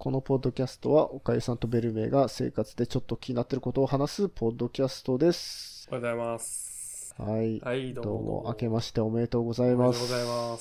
このポッドキャストは、おかゆさんとベルメイが生活でちょっと気になっていることを話すポッドキャストです。 おはようございます。 はい。 はい、どうも。 明けましておめでとうございます。 おめでとうございます。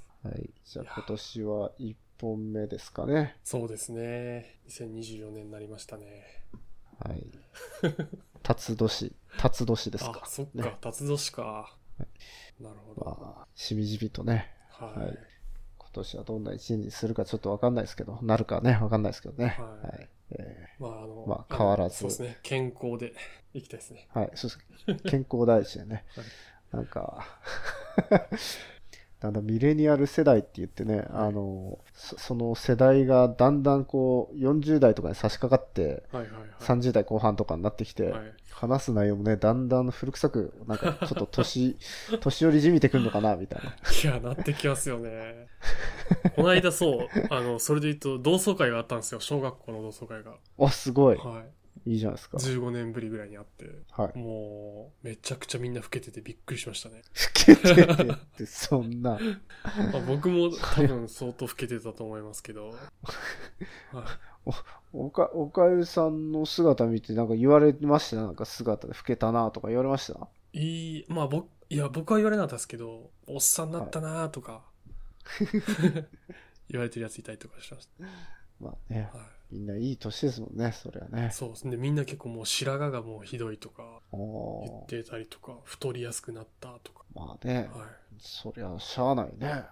はい。じゃあ今年は1本目ですかね。 そうですね。2024年になりましたね。 はい。辰年ですか。 あ、そっか、 ね、 辰年か。はい、なるほど。 まあ、しみじみとね。 はい。 はい、今年はどんな一年にするかちょっとわかんないですけど、なるかね、わかんないですけどね。 はい。はいまあ変わらず。 そうですね。健康でいきたいですね。 はい、そうです。健康大事でね。はい、なんか、だんだんミレニアル世代って言ってね、はい、その世代がだんだんこう40代とかに差し掛かって、はいはいはい、30代後半とかになってきて、はい、話す内容もねだんだん古臭くなんかちょっと年寄りじみてくんのかなみたいな。 いや、なってきますよね。この間そうそれで言うと同窓会があったんですよ。小学校の同窓会が。 あ、すごい。 はい。 いいじゃないですか。 15年ぶりぐらいに会って、 はい、 もうめちゃくちゃみんな老けててびっくりしましたね。 老けててってそんな、 まあ、僕も多分相当老けてたと思いますけど、はい、 おかゆさんの姿見てなんか言われました？なんか姿で老けたなとか言われました？ まあ僕は言われなかったですけど、おっさんになったなとか、はい、言われてるやついたりとかしました。 まあね、はい、みんないい年ですもんね、そりゃね。 そうですね。みんな結構もう白髪がもうひどいとか言ってたりとか、太りやすくなったとか。 まあね、はい、そりゃしゃあないね。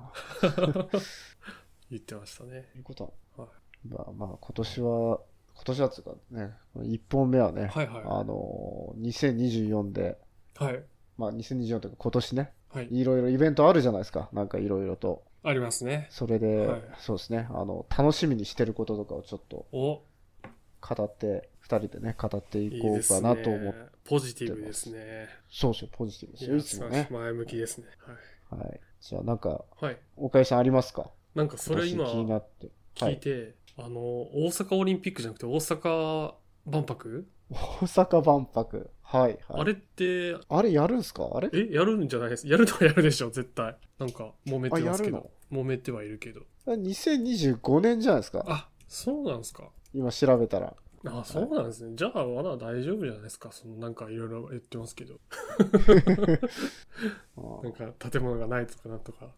言ってましたね。 いうことは、はい、まあ今年はつうかね、1本目はね、はいはい、2024で、はい、まあ2024というか今年ね、はい、いろいろイベントあるじゃないですか。なんかいろいろと。 ありますね。 それで、はい、そうですね、楽しみにしてることとかをちょっと語って2人でね語っていこうかなと思って。 ポジティブですね。 そうそう、ポジティブですよ。いつもね。 前向きですね。 はい。はい、じゃあなんか、はい、おかゆさんありますか？ なんかそれ今気になって聞いて、はい、大阪オリンピックじゃなくて大阪万博？ 大阪万博。はい、はい。 あれって、 あれやるんすか？あれ？ やるんじゃないです。やるのはやるでしょ、絶対。なんか、揉めてますけど。揉めてはいるけど。 2025年じゃないですか。 あ、そうなんですか。 今調べたら。 あ、そうなんですね。はい、じゃあ、まだ大丈夫じゃないですか。なんかいろいろ言ってますけど。なんか、建物がないとかなんとか。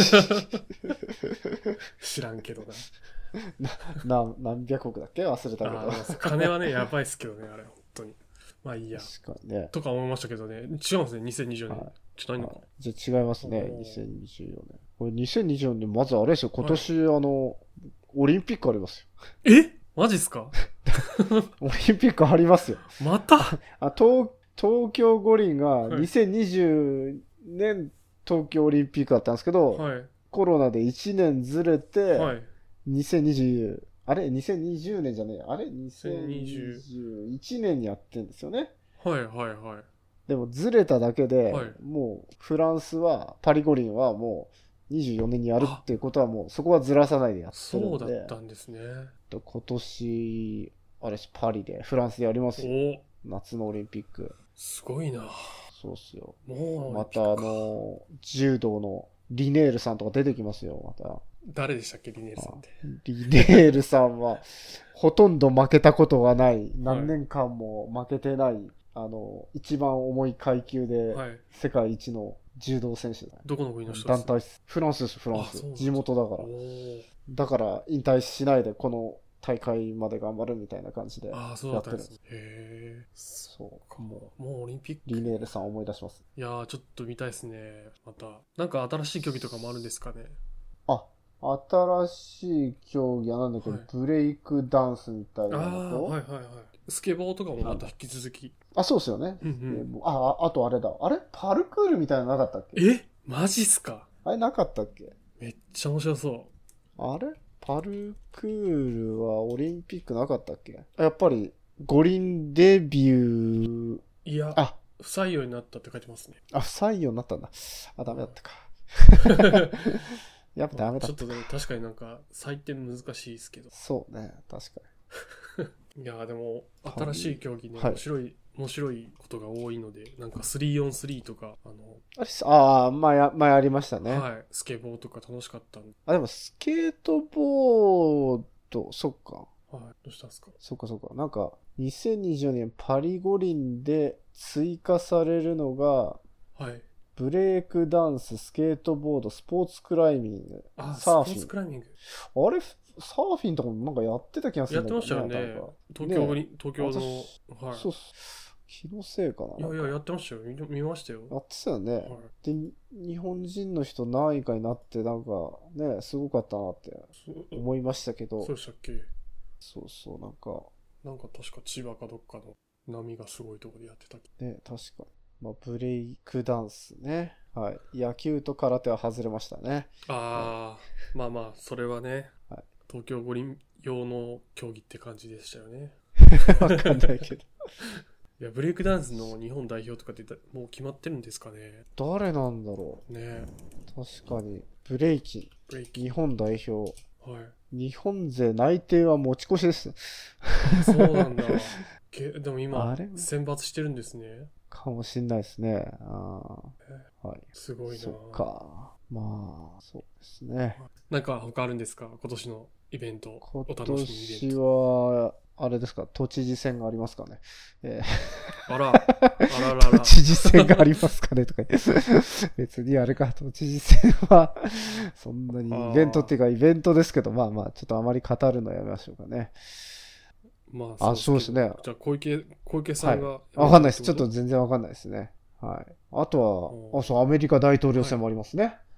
知らんけどな。何百億だっけ忘れたけど。 金はね、やばいっすけどね、あれ、本当に。まあいいや。 確かにね。 とか思いましたけどね。違うんですね、2024年。はい、ちょっとないのか。 じゃあ違いますね、2024年。これ2024年、まずあれですよ、今年、はい、オリンピックありますよ。マジっすか？ オリンピックありますよ。 また東京五輪が2020年東京オリンピックだったんですけど、はい、コロナで1年ずれて、はい、2020年じゃねえ、2021年にやってんですよね。 はいはいはい。 でもずれただけで、はい、もうフランスはパリ五輪はもう24年にやるっていうことはもうそこはずらさないでやってるんで。 そうだったんですね。 今年パリでフランスでやりますよ。夏のオリンピック。 すごいな。 そうっすよ。また柔道のリネールさんとか出てきますよ。また。 誰でしたっけ、リネールさんって。 リネールさんはほとんど負けたことがない、何年間も負けてない、一番重い階級で世界一の柔道選手だ、ね。 どこの国の人ですか？団体フランスです、フランス。地元だから。だから引退しないでこの大会まで頑張るみたいな感じでやってるんです。 へえ。 そうか。 もうオリンピック。 リネールさん思い出します。 いやー、ちょっと見たいですね。また。なんか新しい競技とかもあるんですかね。 新しい競技はなんだっけ、はい、ブレイクダンスみたいなのと、 はいはいはい。スケボーとかもまた引き続き。 そうですよね。あとあれだ。パルクールみたいなのなかったっけ？ マジっすか？ あれなかったっけ？ めっちゃ面白そう。 パルクールはオリンピックなかったっけ？やっぱり五輪デビュー。 いや、不採用になったって書いてますね。 不採用になったんだ。ダメだったか。やっぱダメだったか。 ちょっとでも確かになんか採点難しいですけど。 そうね、確かに。いやでも新しい競技ね、面白いことが多いので、なんか 3on3 とか前ありましたね。 はい、スケボーとか楽しかったんで。 でもスケートボーそっか。 はい。どうしたんですか？ そっかそっか。なんか、2024年パリ五輪で追加されるのが、 はい。 ブレイクダンス、スケートボード、スポーツクライミング、 あ、スポーサーフィン。 ツクライミング。 あれ、サーフィンとかもなんかやってた気がするんだけどね。 やってましたよね。 なんか東京に、 ね東京の、 私はそうっす。気のせいかな。 い。いやいや、やってましたよ。見ましたよ。 やってたよね。 はい。 で、日本人の人何位かになって、なんかね、すごかったなって思いましたけど、 そうでしたっけ？ そうそう、なんか、 なんか確か千葉かどっかの波がすごいところでやってたっけ？ ね、確かに。まあ、ブレイクダンスね。はい。野球と空手は外れましたね。 ああ、まあまあ、それはね、 はい、 東京五輪用の競技って感じでしたよね。 わかんないけど。 いや、ブレイクダンスの日本代表とかってもう決まってるんですかね。 誰なんだろねえ。 う。確かに。ブレイキブレイキ日本代表。 はい。 日本勢内定は持ち越しです。 そうなんだ。でも今あれ選抜してるんですね。 かもしんないですね。はい。 すごいな。 そっか。まあ、そうですね。 なんか他あるんですか？今年のイベント。 今お楽しみイベ年ント。 は、あれですか、都知事選がありますかね。 あら、あららら。 都知事選がありますかねとか言って別にあれか、都知事選はそんなにイベントっていうかイベントですけど、まあまあ、ちょっとあまり語るのやめましょうかね。 まあ、 そうですね。 じゃあ小池さんが、 はい。わかんないです。ちょっと全然わかんないですね。はい。あとは、そう、アメリカ大統領選もありますね。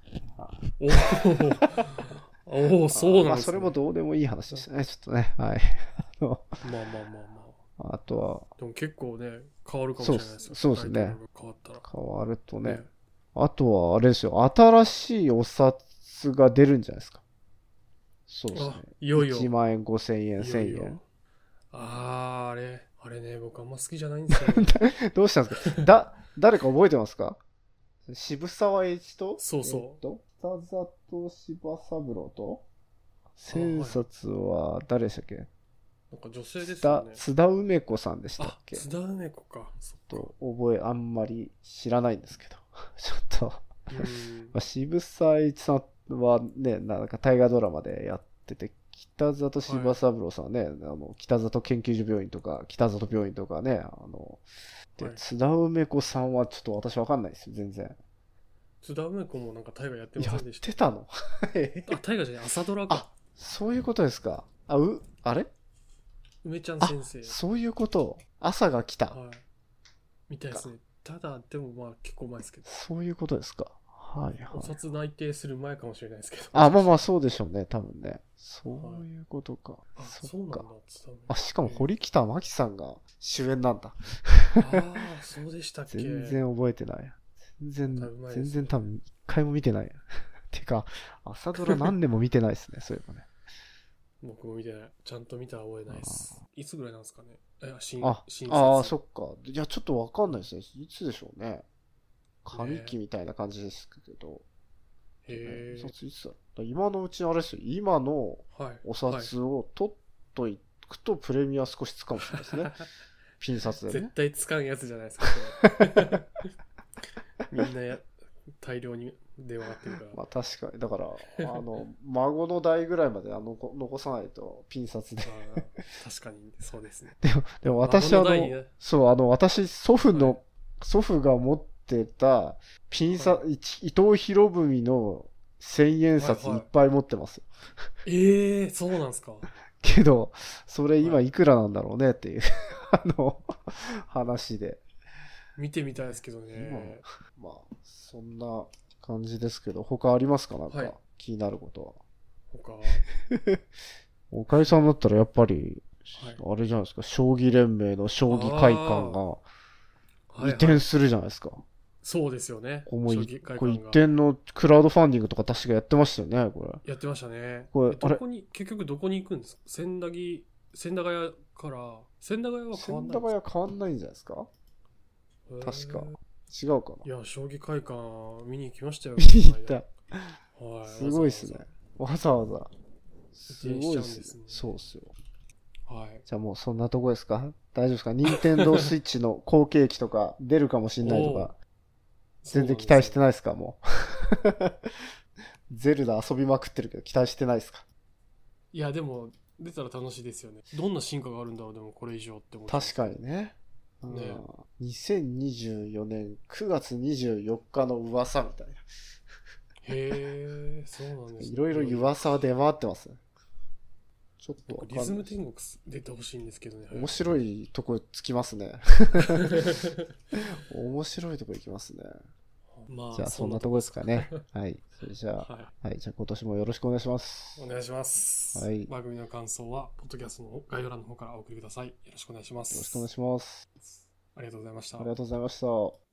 おお、そうなんですね。 まあ、それもどうでもいい話ですね。ちょっとね。はい。 まあまあまあまあ。 あとは、 でも結構ね、変わるかもしれないですよ。 そうですね。 変わったら。 変わるとね。あとは、あれですよ。新しいお札が出るんじゃないですか。そうですね。 いよいよ。 1万円、5000円、1000円。 あれね、僕あんま好きじゃないんですよ、ね。 どうしたんですか？誰か覚えてますか？渋沢栄一と、 そうそう。 北里柴三郎と、千冊は誰でしたっけ？ なんか女性ですよね。 津田梅子さんでしたっけ？ 津田梅子か。 あんまり知らないんですけど。ちょっとまあ、渋沢栄一さんはね、なんか大河ドラマでやってて、北里柴三郎さんはね、北里研究所病院とか、北里病院とかね、で、津田梅子さんはちょっと私わかんないですよ、全然。 津田梅子もなんか大河やってませんでした？ やってたの？ 大河じゃない、朝ドラか。 あ、そういうことですか。あれ梅ちゃん先生。 そういうこと。朝が来た。 はい。みたいですね。ただ、でもまあ結構前ですけど。 そういうことですか。はいはい。 お札内定する前かもしれないですけど。 まあまあそうでしょうね、多分ね。そういうことか。 そうなんだ。 しかも堀北真希さんが主演なんだ。 そうでしたっけ？ 全然覚えてない。全然多分一回も見てない。てか、朝ドラ何年も見てないですね、そういえばね。 僕も見てない。ちゃんと見たら覚えないです。いつぐらいなんですかね？ そっか。いや、ちょっとわかんないですね。いつでしょうね。紙機みたいな感じですけど。 へえ。今のうちあれですよ。今のお札を取っとくとプレミア少しつくかもしれないですね。ピン札でね。 絶対使うやつじゃないですか。みんな大量に電話がってるから。 まあ確かに。だから、孫の代ぐらいまで残さないとピン札で。 確かに、そうですね。 でも私私、祖父が持ってたピン札、伊藤博文の1000円札いっぱい持ってますよ。 そうなんですか。 けど、それ今いくらなんだろうねっていう話で。 見てみたいですけどね。 まあ、そんな感じですけど、他ありますか？なんか気になることは。おかゆさんだったらやっぱり、あれじゃないですか、将棋連盟の将棋会館が移転するじゃないですか。 そうですよね。 これ移転のクラウドファンディングとか確かやってましたよね、これ。 やってましたね。結局どこに行くんですか？千駄ヶ谷から、千駄ヶ谷は変わんないんですか？ 千駄ヶ谷変わんないんじゃないですか？確か。違うかな。 いや、将棋会館見に行きましたよ。 見に行った。すごいっすね。わざわざ。すごいっすね。そうっすよ。 はい。 じゃあもうそんなとこですか？大丈夫ですか？任天堂スイッチの後継機とか出るかもしんないとか。全然期待してないですか？もう。ゼルダ遊びまくってるけど期待してないですか？ いや、でも、 出たら楽しいですよね。どんな進化があるんだろう、でもこれ以上って思って。 確かにね。 ね。 2024年9月24日の噂みたいな。 へえ、そうなんですね。 いろいろ噂は出回ってますね。ちょっとわかんないリズム天国出てほしいんですけどね。 面白いとこつきますね。面白いとこ行きますね。 まあ、 じゃあそんなとこですかね。はい。それじゃあ、 ははい。じゃあ今年もよろしくお願いします。 お願いします。 はい。 番組の感想は、ポッドキャストの概要欄の方からお送りください。よろしくお願いします。 よろしくお願いします。 ありがとうございました。 ありがとうございました。